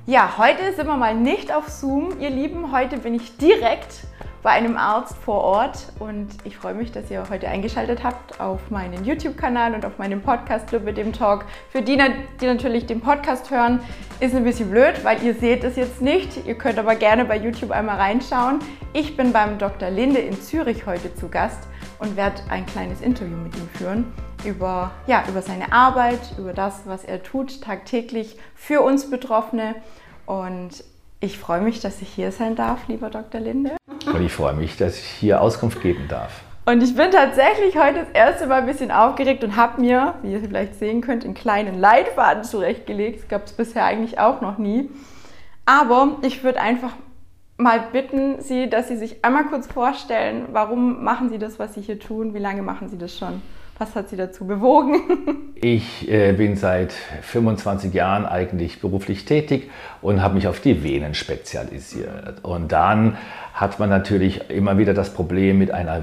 Ja, heute sind wir mal nicht auf Zoom, ihr Lieben. Heute bin ich direkt bei einem Arzt vor Ort und ich freue mich, dass ihr heute eingeschaltet habt auf meinen YouTube-Kanal und auf meinem Podcast Club mit dem Talk. Für die natürlich den Podcast hören, ist ein bisschen blöd, weil ihr seht es jetzt nicht. Ihr könnt aber gerne bei YouTube einmal reinschauen. Ich bin beim Dr. Linde in Zürich heute zu Gast und werde ein kleines Interview mit ihm führen über seine Arbeit, über das, was er tut tagtäglich für uns Betroffene. Und ich freue mich, dass ich hier sein darf, lieber Dr. Linde. Und ich freue mich, dass ich hier Auskunft geben darf. Und ich bin tatsächlich heute das erste Mal ein bisschen aufgeregt und habe mir, wie ihr vielleicht sehen könnt, einen kleinen Leitfaden zurechtgelegt. Das gab es bisher eigentlich auch noch nie. Aber ich würde einfach mal bitten Sie, dass Sie sich einmal kurz vorstellen, warum machen Sie das, was Sie hier tun? Wie lange machen Sie das schon? Was hat Sie dazu bewogen? Ich bin seit 25 Jahren eigentlich beruflich tätig und habe mich auf die Venen spezialisiert. Und dann hat man natürlich immer wieder das Problem mit einer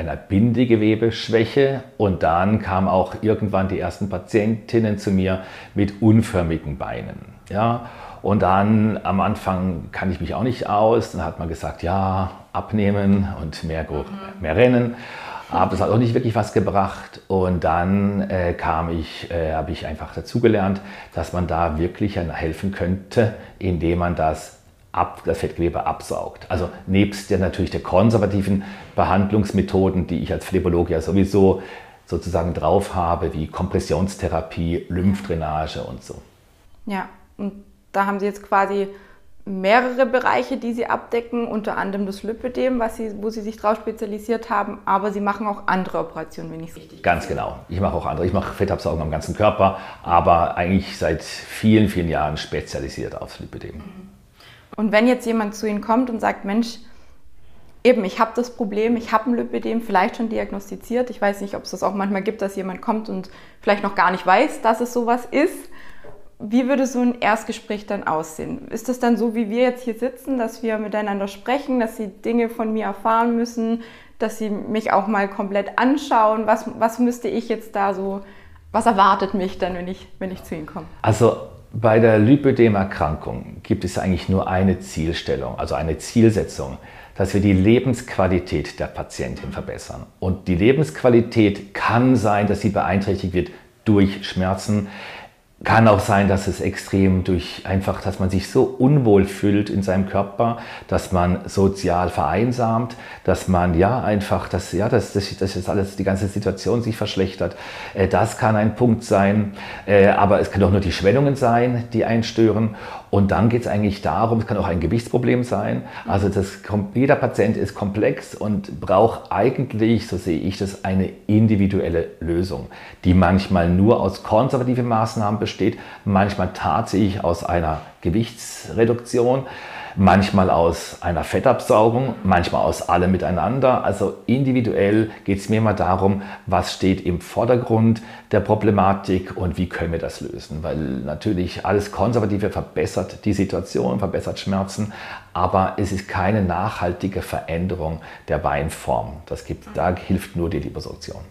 Bindegewebeschwäche. Und dann kamen auch irgendwann die ersten Patientinnen zu mir mit unförmigen Beinen. Ja? Und dann am Anfang kannte ich mich auch nicht aus. Dann hat man gesagt, ja, abnehmen und mehr rennen. Aber das hat auch nicht wirklich was gebracht und dann habe ich einfach dazugelernt, dass man da wirklich helfen könnte, indem man das Fettgewebe absaugt. Also nebst natürlich der konservativen Behandlungsmethoden, die ich als Phlebologe ja sowieso sozusagen drauf habe, wie Kompressionstherapie, Lymphdrainage und so. Ja, und da haben Sie jetzt quasi mehrere Bereiche, die Sie abdecken, unter anderem das Lipödem, wo Sie sich drauf spezialisiert haben, aber Sie machen auch andere Operationen, wenn ich es richtig Ganz genau. Ich mache auch andere. Ich mache Fettabsaugung am ganzen Körper, aber eigentlich seit vielen, vielen Jahren spezialisiert aufs Lipödem. Und wenn jetzt jemand zu Ihnen kommt und sagt, Mensch, eben, ich habe das Problem, ich habe ein Lipödem, vielleicht schon diagnostiziert. Ich weiß nicht, ob es das auch manchmal gibt, dass jemand kommt und vielleicht noch gar nicht weiß, dass es sowas ist. Wie würde so ein Erstgespräch dann aussehen? Ist das dann so, wie wir jetzt hier sitzen, dass wir miteinander sprechen, dass Sie Dinge von mir erfahren müssen, dass Sie mich auch mal komplett anschauen? Was müsste ich jetzt da so, was erwartet mich dann, wenn ich zu Ihnen komme? Also bei der Lipödem-Erkrankung gibt es eigentlich nur eine Zielstellung, also eine Zielsetzung, dass wir die Lebensqualität der Patientin verbessern. Und die Lebensqualität kann sein, dass sie beeinträchtigt wird durch Schmerzen. Kann auch sein, dass es extrem dass man sich so unwohl fühlt in seinem Körper, dass man sozial vereinsamt, dass man dass alles, die ganze Situation sich verschlechtert. Das kann ein Punkt sein, aber es kann auch nur die Schwellungen sein, die einen stören. Und dann geht es eigentlich darum, es kann auch ein Gewichtsproblem sein. Also jeder Patient ist komplex und braucht eigentlich, so sehe ich das, eine individuelle Lösung, die manchmal nur aus konservativen Maßnahmen besteht, manchmal tatsächlich aus einer Gewichtsreduktion, manchmal aus einer Fettabsaugung, manchmal aus allem miteinander. Also individuell geht es mir immer darum, was steht im Vordergrund der Problematik und wie können wir das lösen. Weil natürlich alles Konservative verbessert die Situation, verbessert Schmerzen, aber es ist keine nachhaltige Veränderung der Beinform. Da hilft nur die Liposuktion.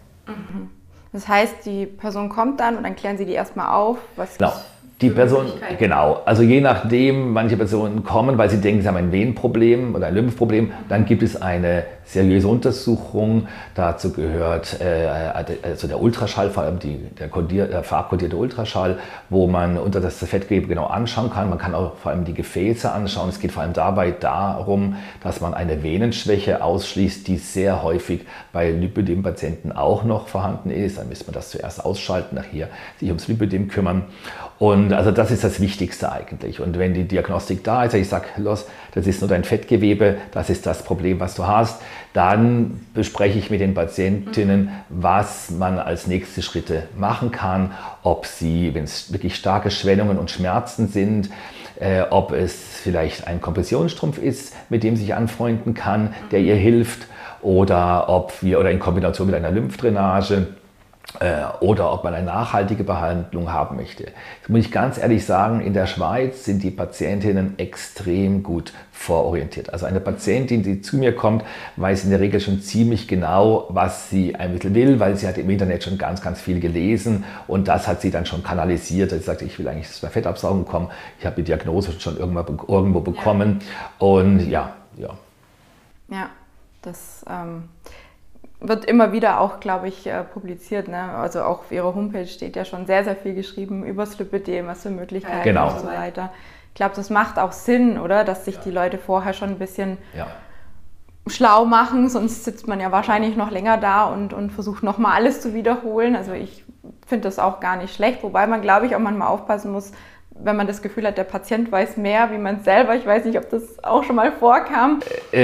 Das heißt, die Person kommt dann und dann klären Sie die erstmal auf, was genau. Die Person, genau, also je nachdem, manche Personen kommen, weil sie denken, sie haben ein Venenproblem oder ein Lymphproblem, dann gibt es eine seriöse Untersuchung. Dazu gehört also der Ultraschall, vor allem der farbkodierte Ultraschall, wo man unter das Fettgewebe genau anschauen kann. Man kann auch vor allem die Gefäße anschauen. Es geht vor allem dabei darum, dass man eine Venenschwäche ausschließt, die sehr häufig bei Lipödem-Patienten auch noch vorhanden ist. Dann müsste man das zuerst ausschalten, nachher sich ums Lipödem kümmern. Und also das ist das Wichtigste eigentlich. Und wenn die Diagnostik da ist, ich sage, los, das ist nur dein Fettgewebe, das ist das Problem, was du hast, dann bespreche ich mit den Patientinnen, was man als nächste Schritte machen kann, ob sie, wenn es wirklich starke Schwellungen und Schmerzen sind, ob es vielleicht ein Kompressionsstrumpf ist, mit dem sie sich anfreunden kann, der ihr hilft, oder in Kombination mit einer Lymphdrainage. oder ob man eine nachhaltige Behandlung haben möchte. Das muss ich ganz ehrlich sagen, in der Schweiz sind die Patientinnen extrem gut vororientiert. Also eine Patientin, die zu mir kommt, weiß in der Regel schon ziemlich genau, was sie ermitteln will, weil sie hat im Internet schon ganz, ganz viel gelesen und das hat sie dann schon kanalisiert. Sie sagt, ich will eigentlich zu der Fettabsaugung kommen, ich habe die Diagnose schon irgendwo bekommen und ja. Ja, das wird immer wieder auch, glaube ich, publiziert. Ne? Also auch auf ihrer Homepage steht ja schon sehr, sehr viel geschrieben über das Lipödem, was für Möglichkeiten und so weiter. Ich glaube, das macht auch Sinn, oder? Dass sich die Leute vorher schon ein bisschen schlau machen, sonst sitzt man ja wahrscheinlich noch länger da und versucht nochmal alles zu wiederholen. Also ich finde das auch gar nicht schlecht, wobei man, glaube ich, auch manchmal aufpassen muss, wenn man das Gefühl hat, der Patient weiß mehr wie man selber. Ich weiß nicht, ob das auch schon mal vorkam.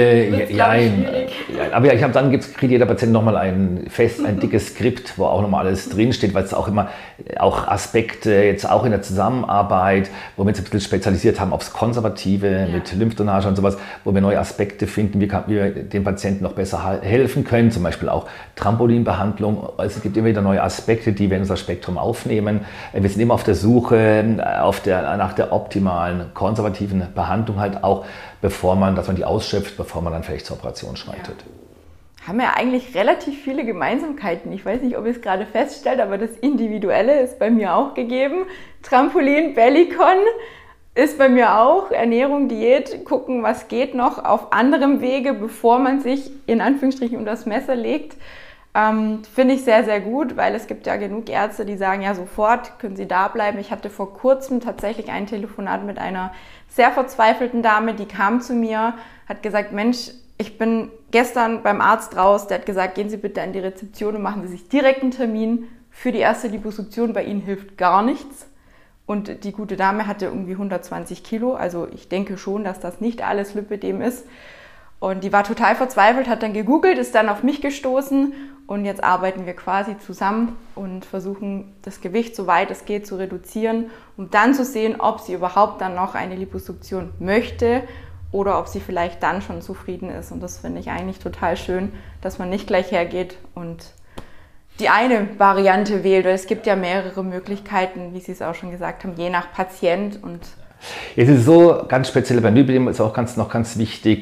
Aber dann kriegt jeder Patient nochmal ein dickes Skript, wo auch nochmal alles drinsteht, weil es auch immer auch Aspekte, jetzt auch in der Zusammenarbeit, wo wir uns ein bisschen spezialisiert haben aufs Konservative mit Lymphdrainage und sowas, wo wir neue Aspekte finden, wie wir den Patienten noch besser helfen können, zum Beispiel auch Trampolinbehandlung. Also es gibt immer wieder neue Aspekte, die wir in unser Spektrum aufnehmen. Wir sind immer auf der Suche nach der optimalen konservativen Behandlung halt auch, dass man die ausschöpft, bevor man dann vielleicht zur Operation schreitet. Haben ja eigentlich relativ viele Gemeinsamkeiten. Ich weiß nicht, ob ihr es gerade feststellt, aber das Individuelle ist bei mir auch gegeben. Trampolin, Bellicon ist bei mir auch. Ernährung, Diät, gucken, was geht noch auf anderem Wege, bevor man sich in Anführungsstrichen unter das Messer legt. Finde ich sehr, sehr gut, weil es gibt ja genug Ärzte, die sagen, ja sofort können Sie da bleiben. Ich hatte vor kurzem tatsächlich ein Telefonat mit einer sehr verzweifelten Dame, die kam zu mir, hat gesagt, Mensch, ich bin gestern beim Arzt raus, der hat gesagt, gehen Sie bitte in die Rezeption und machen Sie sich direkt einen Termin für die erste Liposuktion. Bei Ihnen hilft gar nichts. Und die gute Dame hatte irgendwie 120 Kilo, also ich denke schon, dass das nicht alles Lipödem ist. Und die war total verzweifelt, hat dann gegoogelt, ist dann auf mich gestoßen und jetzt arbeiten wir quasi zusammen und versuchen, das Gewicht so weit es geht zu reduzieren, um dann zu sehen, ob sie überhaupt dann noch eine Liposuktion möchte oder ob sie vielleicht dann schon zufrieden ist. Und das finde ich eigentlich total schön, dass man nicht gleich hergeht und die eine Variante wählt. Weil es gibt ja mehrere Möglichkeiten, wie Sie es auch schon gesagt haben, je nach Patient. Und jetzt ist es so, ganz speziell beim Lipödem ist auch ganz wichtig,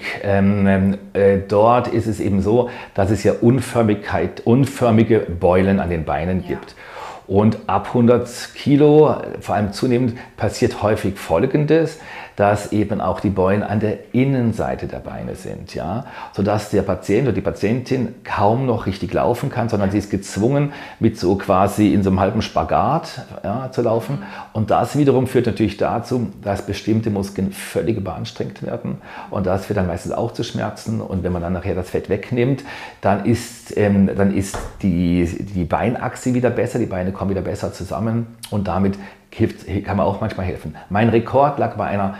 dort ist es eben so, dass es ja unförmige Beulen an den Beinen gibt. Und ab 100 Kilo, vor allem zunehmend, passiert häufig Folgendes, dass eben auch die Beulen an der Innenseite der Beine sind, ja, sodass der Patient oder die Patientin kaum noch richtig laufen kann, sondern sie ist gezwungen, mit so quasi in so einem halben Spagat zu laufen. Und das wiederum führt natürlich dazu, dass bestimmte Muskeln völlig überanstrengt werden und das führt dann meistens auch zu Schmerzen. Und wenn man dann nachher das Fett wegnimmt, dann ist die Beinachse wieder besser, die Beine kommen wieder besser zusammen und damit kann man auch manchmal helfen. Mein Rekord lag bei einer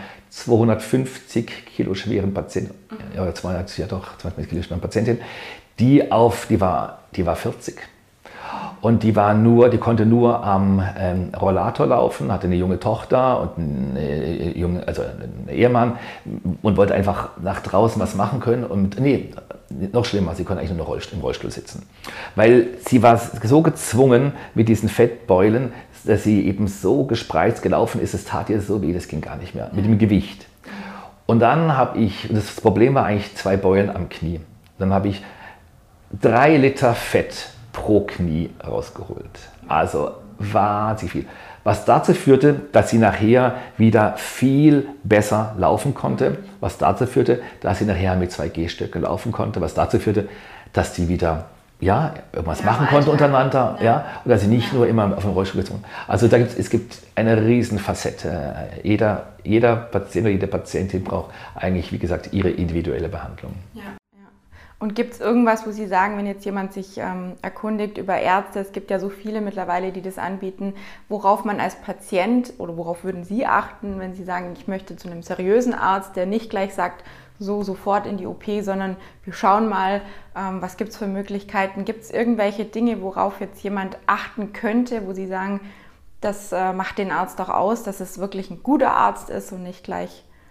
250 Kilo schweren Patientin, oder 250 Kilo schweren Patientin, die war 40. Und die konnte nur am Rollator laufen, hatte eine junge Tochter und einen Ehemann und wollte einfach nach draußen was machen können. Und noch schlimmer, sie konnte eigentlich nur noch im Rollstuhl sitzen. Weil sie war so gezwungen mit diesen Fettbeulen, dass sie eben so gespreizt gelaufen ist, es tat ihr so weh, das ging gar nicht mehr, mit dem Gewicht. Und dann das Problem war eigentlich 2 Beulen am Knie. Dann habe ich 3 Liter Fett pro Knie rausgeholt. Also wahnsinnig viel. Was dazu führte, dass sie nachher wieder viel besser laufen konnte. Was dazu führte, dass sie nachher mit 2 Gehstöcken laufen konnte. Was dazu führte, dass sie wieder irgendwas machen konnte untereinander. Und dass sie nicht nur immer auf den Rollstuhl gezwungen. Also es gibt eine riesen Facette. Jeder Patient oder jede Patientin braucht eigentlich, wie gesagt, ihre individuelle Behandlung. Ja. Und gibt es irgendwas, wo Sie sagen, wenn jetzt jemand sich erkundigt über Ärzte, es gibt ja so viele mittlerweile, die das anbieten, worauf man als Patient oder worauf würden Sie achten, wenn Sie sagen, ich möchte zu einem seriösen Arzt, der nicht gleich sagt, so sofort in die OP, sondern wir schauen mal, was gibt es für Möglichkeiten. Gibt es irgendwelche Dinge, worauf jetzt jemand achten könnte, wo Sie sagen, das macht den Arzt doch aus, dass es wirklich ein guter Arzt ist und nicht gleich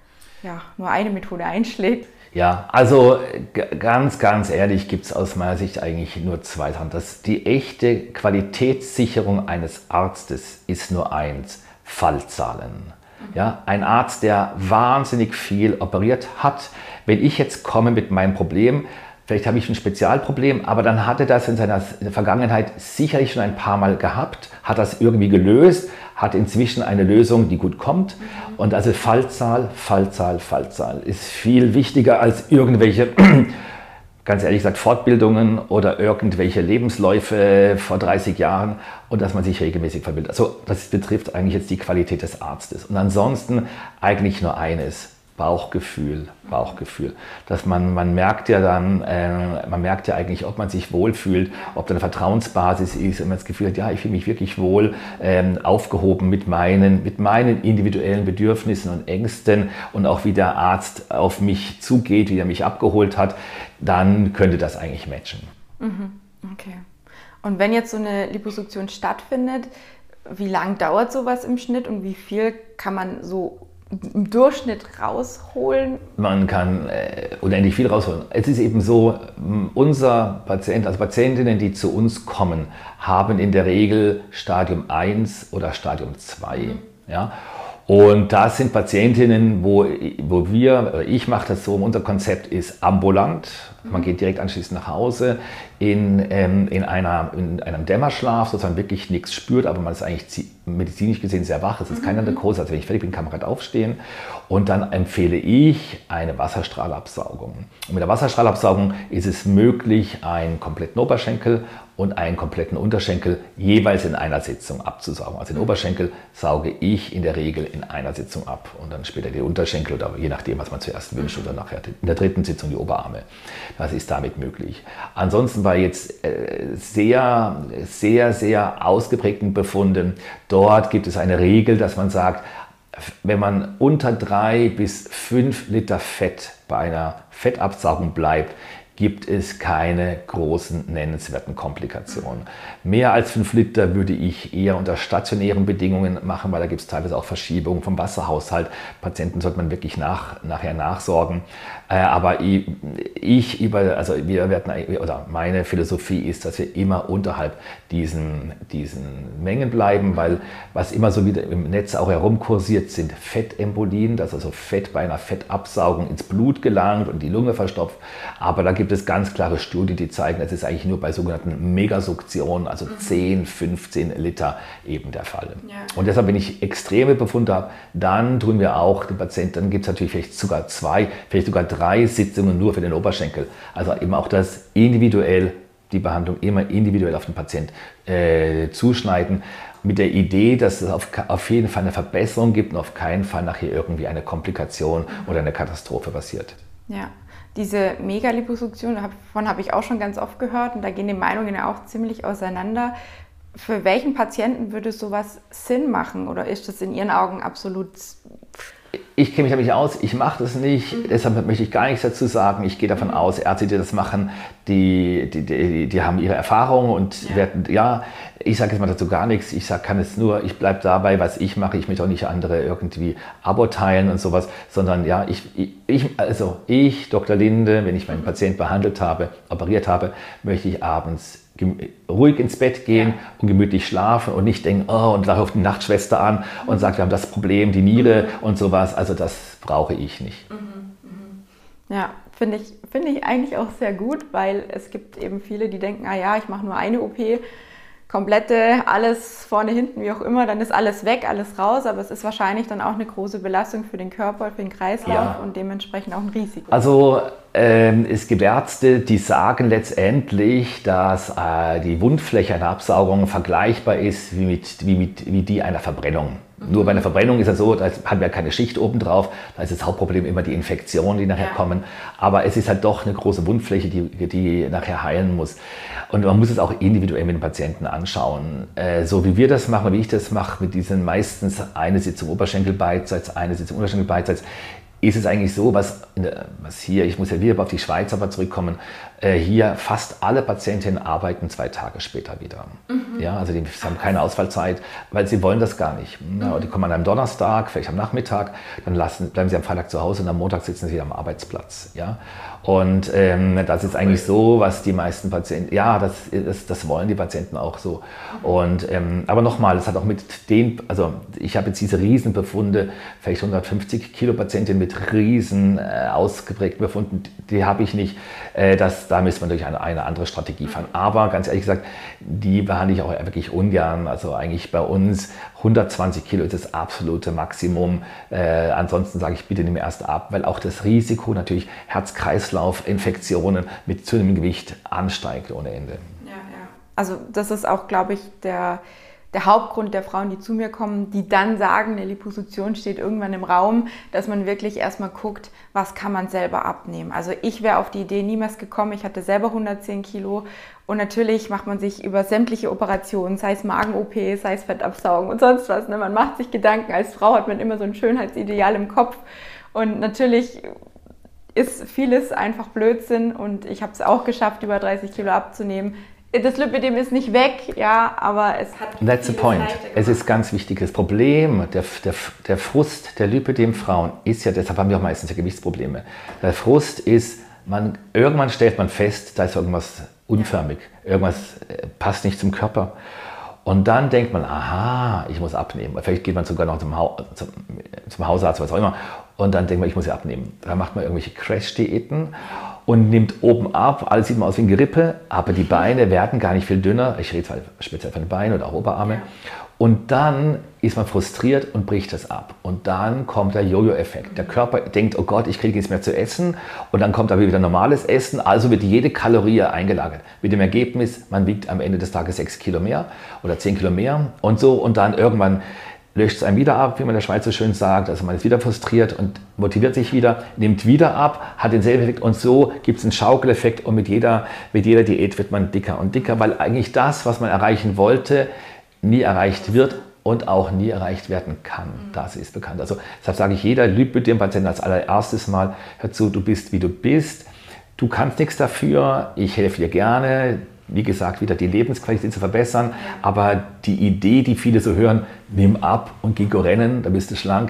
ja, nur eine Methode einschlägt. Ja, also ganz ehrlich gibt es aus meiner Sicht eigentlich nur zwei Sachen. Die echte Qualitätssicherung eines Arztes ist nur eins: Fallzahlen. Ja, ein Arzt, der wahnsinnig viel operiert hat, wenn ich jetzt komme mit meinem Problem, vielleicht habe ich ein Spezialproblem, aber dann hat er das in seiner Vergangenheit sicherlich schon ein paar Mal gehabt, hat das irgendwie gelöst, hat inzwischen eine Lösung, die gut kommt. Und also Fallzahl ist viel wichtiger als irgendwelche, ganz ehrlich gesagt, Fortbildungen oder irgendwelche Lebensläufe vor 30 Jahren und dass man sich regelmäßig verbildet. Also das betrifft eigentlich jetzt die Qualität des Arztes. Und ansonsten eigentlich nur eines: Bauchgefühl. Dass man merkt ja dann, man merkt ja eigentlich, ob man sich wohlfühlt, ob da eine Vertrauensbasis ist, wenn man das Gefühl hat, ja, ich fühle mich wirklich wohl aufgehoben mit meinen individuellen Bedürfnissen und Ängsten und auch wie der Arzt auf mich zugeht, wie er mich abgeholt hat, dann könnte das eigentlich matchen. Okay. Und wenn jetzt so eine Liposuktion stattfindet, wie lang dauert sowas im Schnitt und wie viel kann man so im Durchschnitt rausholen? Man kann unendlich viel rausholen. Es ist eben so, unser Patient, also Patientinnen, die zu uns kommen, haben in der Regel Stadium 1 oder Stadium 2. Ja? Und das sind Patientinnen, wo ich mache das so, unser Konzept ist ambulant. Man geht direkt anschließend nach Hause in einem Dämmerschlaf, sodass man wirklich nichts spürt, aber man ist eigentlich medizinisch gesehen sehr wach. Es ist keine Narkose, also wenn ich fertig bin, kann man gerade aufstehen. Und dann empfehle ich eine Wasserstrahlabsaugung. Und mit der Wasserstrahlabsaugung ist es möglich, einen kompletten Oberschenkel und einen kompletten Unterschenkel jeweils in einer Sitzung abzusaugen. Also den Oberschenkel sauge ich in der Regel in einer Sitzung ab und dann später die Unterschenkel oder je nachdem, was man zuerst wünscht, oder nachher in der dritten Sitzung die Oberarme. Das ist damit möglich. Ansonsten bei jetzt sehr ausgeprägten Befunden, dort gibt es eine Regel, dass man sagt, wenn man unter 3 bis 5 Liter Fett bei einer Fettabsaugung bleibt, gibt es keine großen nennenswerten Komplikationen. Mehr als 5 Liter würde ich eher unter stationären Bedingungen machen, weil da gibt es teilweise auch Verschiebungen vom Wasserhaushalt. Patienten sollte man wirklich nachher nachsorgen. Aber meine Philosophie ist, dass wir immer unterhalb diesen Mengen bleiben, weil was immer so wieder im Netz auch herumkursiert, sind Fettembolien, dass also Fett bei einer Fettabsaugung ins Blut gelangt und die Lunge verstopft. Aber da gibt es ganz klare Studien, die zeigen, das ist eigentlich nur bei sogenannten Megasuktionen, also 10, 15 Liter eben der Fall. Ja. Und deshalb, wenn ich extreme Befunde habe, dann tun wir auch den Patienten, dann gibt es natürlich vielleicht sogar 2, vielleicht sogar 3 Sitzungen nur für den Oberschenkel. Also eben auch das individuell, die Behandlung immer individuell auf den Patient zuschneiden, mit der Idee, dass es auf jeden Fall eine Verbesserung gibt und auf keinen Fall nachher irgendwie eine Komplikation oder eine Katastrophe passiert. Ja. Diese Megaliposuktion, davon habe ich auch schon ganz oft gehört und da gehen die Meinungen ja auch ziemlich auseinander. Für welchen Patienten würde sowas Sinn machen oder ist das in Ihren Augen absolut? Ich kenne mich damit nicht aus, ich mache das nicht, deshalb möchte ich gar nichts dazu sagen. Ich gehe davon aus, Ärzte, die das machen, die haben ihre Erfahrungen und ich sage jetzt mal dazu gar nichts. Ich ich bleibe dabei, was ich mache. Ich möchte auch nicht andere irgendwie Abo teilen und sowas, sondern ja, ich, Dr. Linde, wenn ich meinen Patienten behandelt habe, operiert habe, möchte ich abends ruhig ins Bett gehen und gemütlich schlafen und nicht denken, und da ruft die Nachtschwester an und sagt, wir haben das Problem, die Niere und sowas. Also das brauche ich nicht. Ja, finde ich eigentlich auch sehr gut, weil es gibt eben viele, die denken, ich mache nur eine OP, komplette, alles vorne, hinten, wie auch immer, dann ist alles weg, alles raus, aber es ist wahrscheinlich dann auch eine große Belastung für den Körper, für den Kreislauf und dementsprechend auch ein Risiko. Also es gibt Ärzte, die sagen letztendlich, dass die Wundfläche einer Absaugung vergleichbar ist wie die einer Verbrennung. Nur bei einer Verbrennung ist es so, da haben wir keine Schicht oben drauf, da ist das Hauptproblem immer die Infektionen, die nachher kommen. Aber es ist halt doch eine große Wundfläche, die nachher heilen muss. Und man muss es auch individuell mit dem Patienten anschauen. So wie wir das machen, wie ich das mache, mit diesen meistens eine Sitzung Oberschenkel beidseits, eine Sitzung Unterschenkel beidseits, ist es eigentlich so, was hier, ich muss ja wieder auf die Schweiz aber zurückkommen, hier fast alle Patientinnen arbeiten 2 Tage später wieder. Ja, also die haben keine Ausfallzeit, weil sie wollen das gar nicht. Ja, die kommen an einem Donnerstag, vielleicht am Nachmittag, dann bleiben sie am Freitag zu Hause und am Montag sitzen sie am Arbeitsplatz. Ja? Und das ist eigentlich so, was die meisten Patienten, ja, das wollen die Patienten auch so. Und, aber nochmal, es hat auch mit den, also ich habe jetzt diese Riesenbefunde, vielleicht 150 Kilo Patientin mit riesen ausgeprägten Befunden, die habe ich nicht. Da müsste man durch eine andere Strategie fahren. Aber ganz ehrlich gesagt, die behandle ich auch wirklich ungern. Also eigentlich bei uns 120 Kilo ist das absolute Maximum. Ansonsten sage ich, bitte nimm erst ab, weil auch das Risiko natürlich Herz-Kreislauf-Infektionen mit zunehmendem Gewicht ansteigt ohne Ende. Ja, ja. Also das ist auch, glaube ich, der Hauptgrund der Frauen, die zu mir kommen, die dann sagen, eine Liposuktion steht irgendwann im Raum, dass man wirklich erstmal guckt, was kann man selber abnehmen. Also ich wäre auf die Idee niemals gekommen, ich hatte selber 110 Kilo und natürlich macht man sich über sämtliche Operationen, sei es Magen-OP, sei es Fettabsaugen und sonst was. Ne? Man macht sich Gedanken, als Frau hat man immer so ein Schönheitsideal im Kopf und natürlich ist vieles einfach Blödsinn und ich habe es auch geschafft, über 30 Kilo abzunehmen. Das Lipödem ist nicht weg, ja, aber es hat... That's the point. Es ist ganz wichtig. Das Problem, der Frust der Lipödem-Frauen ist ja, deshalb haben wir auch meistens ja Gewichtsprobleme. Der Frust ist, irgendwann stellt man fest, da ist irgendwas unförmig, irgendwas passt nicht zum Körper. Und dann denkt man, aha, ich muss abnehmen. Vielleicht geht man sogar noch zum Hausarzt, was auch immer. Und dann denkt man, ich muss ja abnehmen. Dann macht man irgendwelche Crash-Diäten und nimmt oben ab. Alles sieht man aus wie ein Gerippe, aber die Beine werden gar nicht viel dünner. Ich rede speziell von den Beinen oder auch Oberarme. Und dann ist man frustriert und bricht das ab. Und dann kommt der Jojo-Effekt. Der Körper denkt, oh Gott, ich kriege nichts mehr zu essen. Und dann kommt aber wieder normales Essen. Also wird jede Kalorie eingelagert. Mit dem Ergebnis, man wiegt am Ende des Tages 6 Kilo mehr oder 10 Kilo mehr. Und so. Und dann irgendwann löscht es einem wieder ab, wie man in der Schweiz so schön sagt. Also man ist wieder frustriert und motiviert sich wieder, nimmt wieder ab, hat denselben Effekt. Und so gibt es einen Schaukeleffekt. Und mit jeder Diät wird man dicker und dicker, weil eigentlich das, was man erreichen wollte, nie erreicht wird und auch nie erreicht werden kann. Das ist bekannt. Also deshalb sage ich jeder Lipödem-Patienten als allererstes mal, hör zu, du bist, wie du bist. Du kannst nichts dafür. Ich helfe dir gerne. Wie gesagt, wieder die Lebensqualität zu verbessern. Aber die Idee, die viele so hören, nimm ab und geh rennen, dann bist du schlank.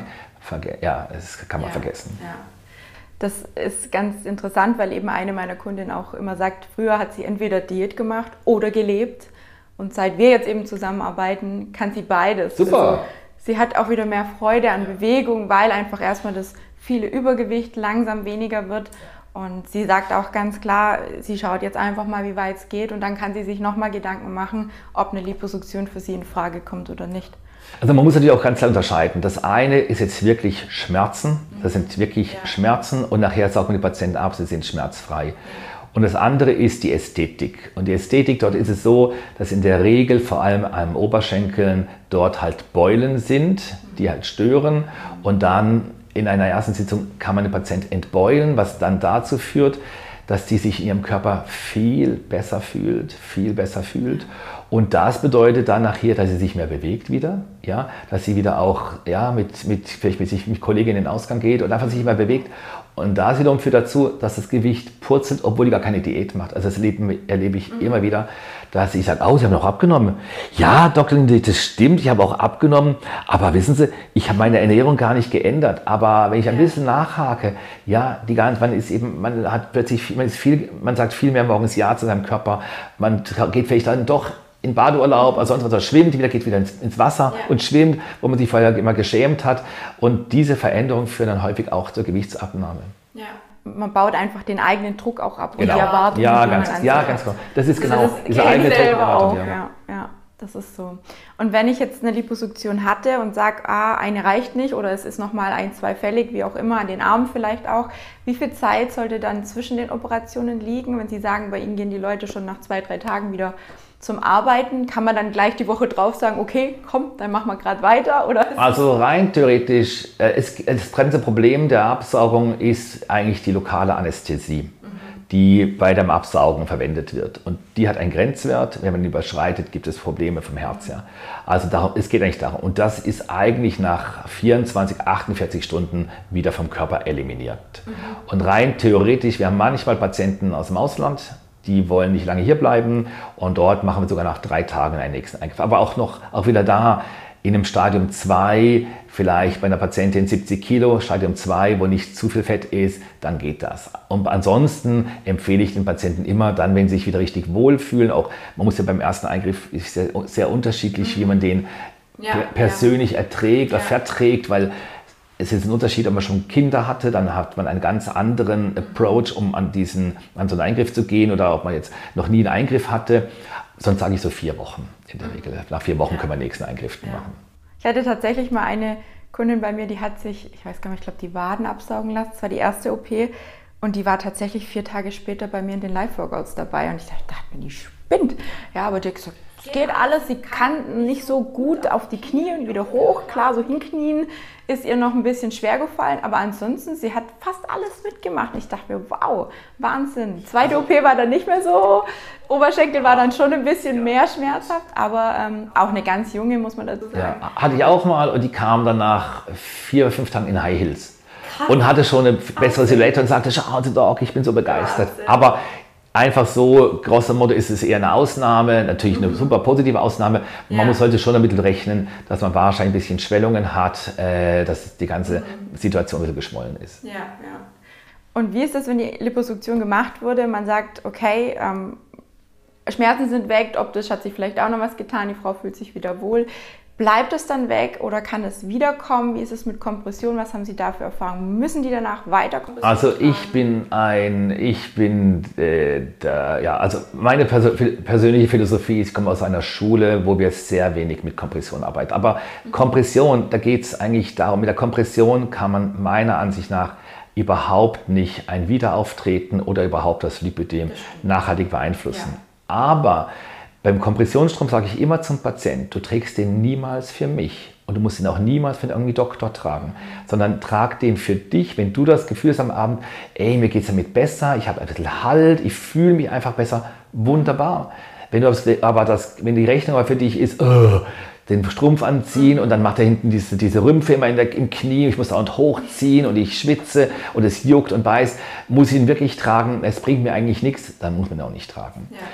Ja, das kann man vergessen. Ja. Das ist ganz interessant, weil eben eine meiner Kundinnen auch immer sagt, früher hat sie entweder Diät gemacht oder gelebt. Und seit wir jetzt eben zusammenarbeiten, kann sie beides. Super. Also, sie hat auch wieder mehr Freude an Bewegung, weil einfach erstmal das viele Übergewicht langsam weniger wird. Und sie sagt auch ganz klar, sie schaut jetzt einfach mal, wie weit es geht und dann kann sie sich nochmal Gedanken machen, ob eine Liposuktion für sie in Frage kommt oder nicht. Also man muss natürlich auch ganz klar unterscheiden. Das eine ist jetzt wirklich Schmerzen, das sind wirklich Schmerzen und nachher sagt man die Patienten ab, sie sind schmerzfrei. Und das andere ist die Ästhetik. Und die Ästhetik, dort ist es so, dass in der Regel vor allem am Oberschenkeln dort halt Beulen sind, die halt stören. Und dann in einer ersten Sitzung kann man den Patienten entbeulen, was dann dazu führt, dass die sich in ihrem Körper viel besser fühlt. Und das bedeutet dann nachher, dass sie sich mehr bewegt wieder, ja, dass sie wieder auch vielleicht mit Kolleginnen in den Ausgang geht und einfach sich mehr bewegt. Und das wiederum führt dazu, dass das Gewicht purzelt, obwohl die gar keine Diät macht. Also das erlebe ich immer wieder, dass ich sage, oh, Sie haben noch abgenommen. Ja, Dr. Linde, das stimmt, ich habe auch abgenommen. Aber wissen Sie, ich habe meine Ernährung gar nicht geändert. Aber wenn ich ein bisschen nachhake, ja, man sagt viel mehr morgens Ja zu seinem Körper. Man geht vielleicht dann doch in Badeurlaub, also sonst was, schwimmt, geht wieder ins Wasser und schwimmt, wo man sich vorher immer geschämt hat. Und diese Veränderungen führen dann häufig auch zur Gewichtsabnahme. Ja. Man baut einfach den eigenen Druck auch ab und die Erwartungen. Ganz genau. Das ist genau dieser eigene Druck. Auch. Ja, das ist so. Und wenn ich jetzt eine Liposuktion hatte und sage, eine reicht nicht oder es ist nochmal 1, 2 fällig, wie auch immer, an den Armen vielleicht auch, wie viel Zeit sollte dann zwischen den Operationen liegen? Wenn Sie sagen, bei Ihnen gehen die Leute schon nach 2, 3 Tagen wieder zum Arbeiten, kann man dann gleich die Woche drauf sagen, okay, komm, dann machen wir gerade weiter? Oder? Also rein theoretisch, das bremse Problem der Absaugung ist eigentlich die lokale Anästhesie. die bei dem Absaugen verwendet wird. Und die hat einen Grenzwert. Wenn man ihn überschreitet, gibt es Probleme vom Herz. Ja. Also es geht eigentlich darum. Und das ist eigentlich nach 24, 48 Stunden wieder vom Körper eliminiert. Und rein theoretisch, wir haben manchmal Patienten aus dem Ausland, die wollen nicht lange hier bleiben. Und dort machen wir sogar nach 3 Tagen einen nächsten Eingriff. Aber auch wieder da, in einem Stadium 2, vielleicht bei einer Patientin 70 Kilo, Stadium 2, wo nicht zu viel Fett ist, dann geht das. Und ansonsten empfehle ich den Patienten immer dann, wenn sie sich wieder richtig wohlfühlen, auch man muss ja beim ersten Eingriff, ist sehr, sehr unterschiedlich, wie man den persönlich erträgt oder verträgt, weil es ist ein Unterschied, ob man schon Kinder hatte, dann hat man einen ganz anderen Approach, um an so einen Eingriff zu gehen, oder ob man jetzt noch nie einen Eingriff hatte. Sonst sage ich so 4 Wochen in der Regel. Nach 4 Wochen können wir den nächsten Eingriff machen. Ich hatte tatsächlich mal eine Kundin bei mir, die hat sich, ich weiß gar nicht, ich glaube die Waden absaugen lassen. Das war die erste OP und die war tatsächlich 4 Tage später bei mir in den Live-Workouts dabei. Und ich dachte mir, die spinnt. Ja, aber die hat gesagt, es geht alles. Sie kann nicht so gut auf die Knie und wieder hoch. Klar, so hinknien ist ihr noch ein bisschen schwer gefallen. Aber ansonsten, sie hat fast alles mitgemacht. Und ich dachte mir, wow, Wahnsinn. Zweite OP war dann nicht mehr so. Oberschenkel war dann schon ein bisschen mehr schmerzhaft. Aber auch eine ganz junge, muss man dazu sagen. Ja, hatte ich auch mal. Und die kam dann nach 4 oder 5 Tagen in High Heels. Krass. Und hatte schon eine bessere Silhouette und sagte, schau, Doc, ich bin so begeistert. Ja, aber einfach so, grosso modo ist es eher eine Ausnahme, natürlich eine super positive Ausnahme. Man muss heute schon damit rechnen, dass man wahrscheinlich ein bisschen Schwellungen hat, dass die ganze Situation ein bisschen geschwollen ist. Ja. Und wie ist das, wenn die Liposuktion gemacht wurde? Man sagt, okay, Schmerzen sind weg, optisch hat sich vielleicht auch noch was getan, die Frau fühlt sich wieder wohl. Bleibt es dann weg oder kann es wiederkommen? Wie ist es mit Kompression? Was haben Sie da für Erfahrungen? Müssen die danach weiter kompressieren? Also also meine persönliche Philosophie, ich komme aus einer Schule, wo wir sehr wenig mit Kompression arbeiten. Aber Kompression, da geht es eigentlich darum, mit der Kompression kann man meiner Ansicht nach überhaupt nicht ein Wiederauftreten oder überhaupt das Lipödem nachhaltig beeinflussen. Ja. Aber beim Kompressionsstrom sage ich immer zum Patienten, du trägst den niemals für mich und du musst ihn auch niemals für einen Doktor tragen, sondern trag den für dich, wenn du das Gefühl hast am Abend, ey, mir geht es damit besser, ich habe ein bisschen Halt, ich fühle mich einfach besser, wunderbar. Wenn die Rechnung aber für dich ist, den Strumpf anziehen und dann macht er hinten diese Rümpfe immer im Knie, ich muss da und hochziehen und ich schwitze und es juckt und beißt, muss ich ihn wirklich tragen, es bringt mir eigentlich nichts, dann muss man ihn auch nicht tragen. Ja.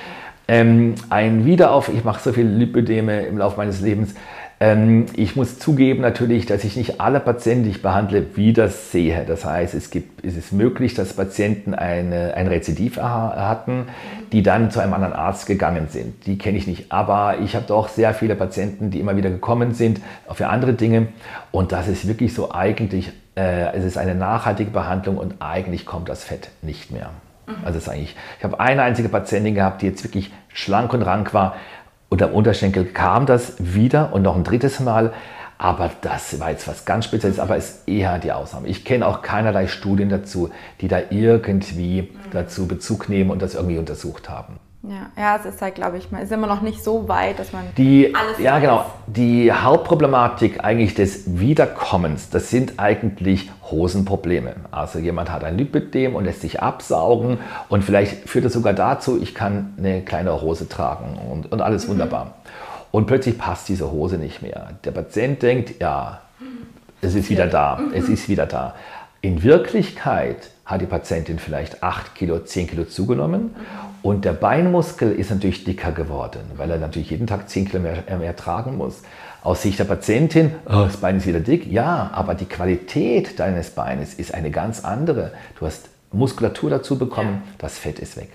Ich mache so viele Lipödeme im Laufe meines Lebens. Ich muss zugeben natürlich, dass ich nicht alle Patienten, die ich behandle, wieder sehe. Das heißt, es ist möglich, dass Patienten ein Rezidiv hatten, die dann zu einem anderen Arzt gegangen sind. Die kenne ich nicht. Aber ich habe doch sehr viele Patienten, die immer wieder gekommen sind, auch für andere Dinge. Und das ist wirklich so eigentlich, es ist eine nachhaltige Behandlung und eigentlich kommt das Fett nicht mehr. Also ich habe eine einzige Patientin gehabt, die jetzt wirklich schlank und rank war. Und am Unterschenkel kam das wieder und noch ein drittes Mal. Aber das war jetzt was ganz Spezielles, aber ist eher die Ausnahme. Ich kenne auch keinerlei Studien dazu, die da irgendwie dazu Bezug nehmen und das irgendwie untersucht haben. Ja, es ist halt, glaube ich, man ist immer noch nicht so weit, dass man alles weiß. Genau. Die Hauptproblematik eigentlich des Wiederkommens, das sind eigentlich Hosenprobleme. Also jemand hat ein Lipödem und lässt sich absaugen und vielleicht führt es sogar dazu, ich kann eine kleine Hose tragen und alles wunderbar. Und plötzlich passt diese Hose nicht mehr. Der Patient denkt, ja, es ist wieder da, es ist wieder da. In Wirklichkeit hat die Patientin vielleicht 8 Kilo, 10 Kilo zugenommen und der Beinmuskel ist natürlich dicker geworden, weil er natürlich jeden Tag 10 Kilo mehr tragen muss. Aus Sicht der Patientin, das Bein ist wieder dick, ja, aber die Qualität deines Beines ist eine ganz andere. Du hast Muskulatur dazu bekommen, das Fett ist weg.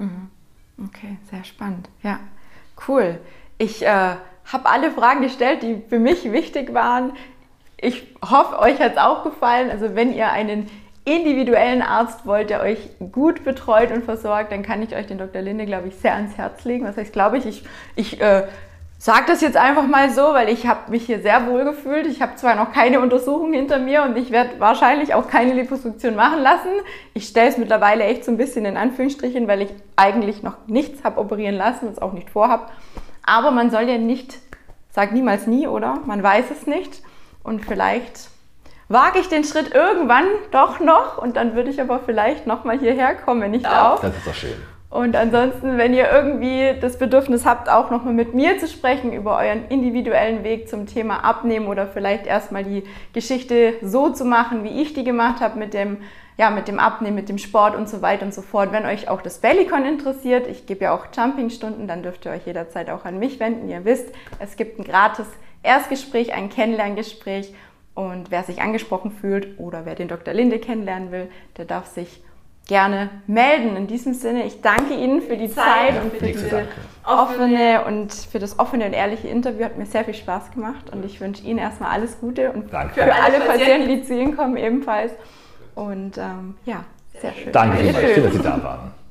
Okay, sehr spannend. Ja, cool. Ich habe alle Fragen gestellt, die für mich wichtig waren. Ich hoffe, euch hat es auch gefallen. Also wenn ihr einen individuellen Arzt wollt, der euch gut betreut und versorgt, dann kann ich euch den Dr. Linde, glaube ich, sehr ans Herz legen. Was heißt, glaube ich, ich sage das jetzt einfach mal so, weil ich habe mich hier sehr wohl gefühlt. Ich habe zwar noch keine Untersuchung hinter mir und ich werde wahrscheinlich auch keine Liposuktion machen lassen. Ich stelle es mittlerweile echt so ein bisschen in Anführungsstrichen, weil ich eigentlich noch nichts habe operieren lassen und es auch nicht vorhabe. Aber man soll ja nicht, sag niemals nie, oder? Man weiß es nicht. Und vielleicht wage ich den Schritt irgendwann doch noch und dann würde ich aber vielleicht nochmal hierher kommen, wenn ich darf. Das ist doch schön. Und ansonsten, wenn ihr irgendwie das Bedürfnis habt, auch nochmal mit mir zu sprechen über euren individuellen Weg zum Thema Abnehmen oder vielleicht erstmal die Geschichte so zu machen, wie ich die gemacht habe mit dem Abnehmen, mit dem Sport und so weiter und so fort. Wenn euch auch das Bellycon interessiert, ich gebe ja auch Jumping-Stunden, dann dürft ihr euch jederzeit auch an mich wenden. Ihr wisst, es gibt ein gratis Erstgespräch, ein Kennenlerngespräch und wer sich angesprochen fühlt oder wer den Dr. Linde kennenlernen will, der darf sich gerne melden. In diesem Sinne, ich danke Ihnen für die Zeit und für das offene und ehrliche Interview. Hat mir sehr viel Spaß gemacht und ich wünsche Ihnen erstmal alles Gute und für alle Patienten, die zu Ihnen kommen, ebenfalls. Und sehr schön. Danke vielmals, schön, dass Sie da waren.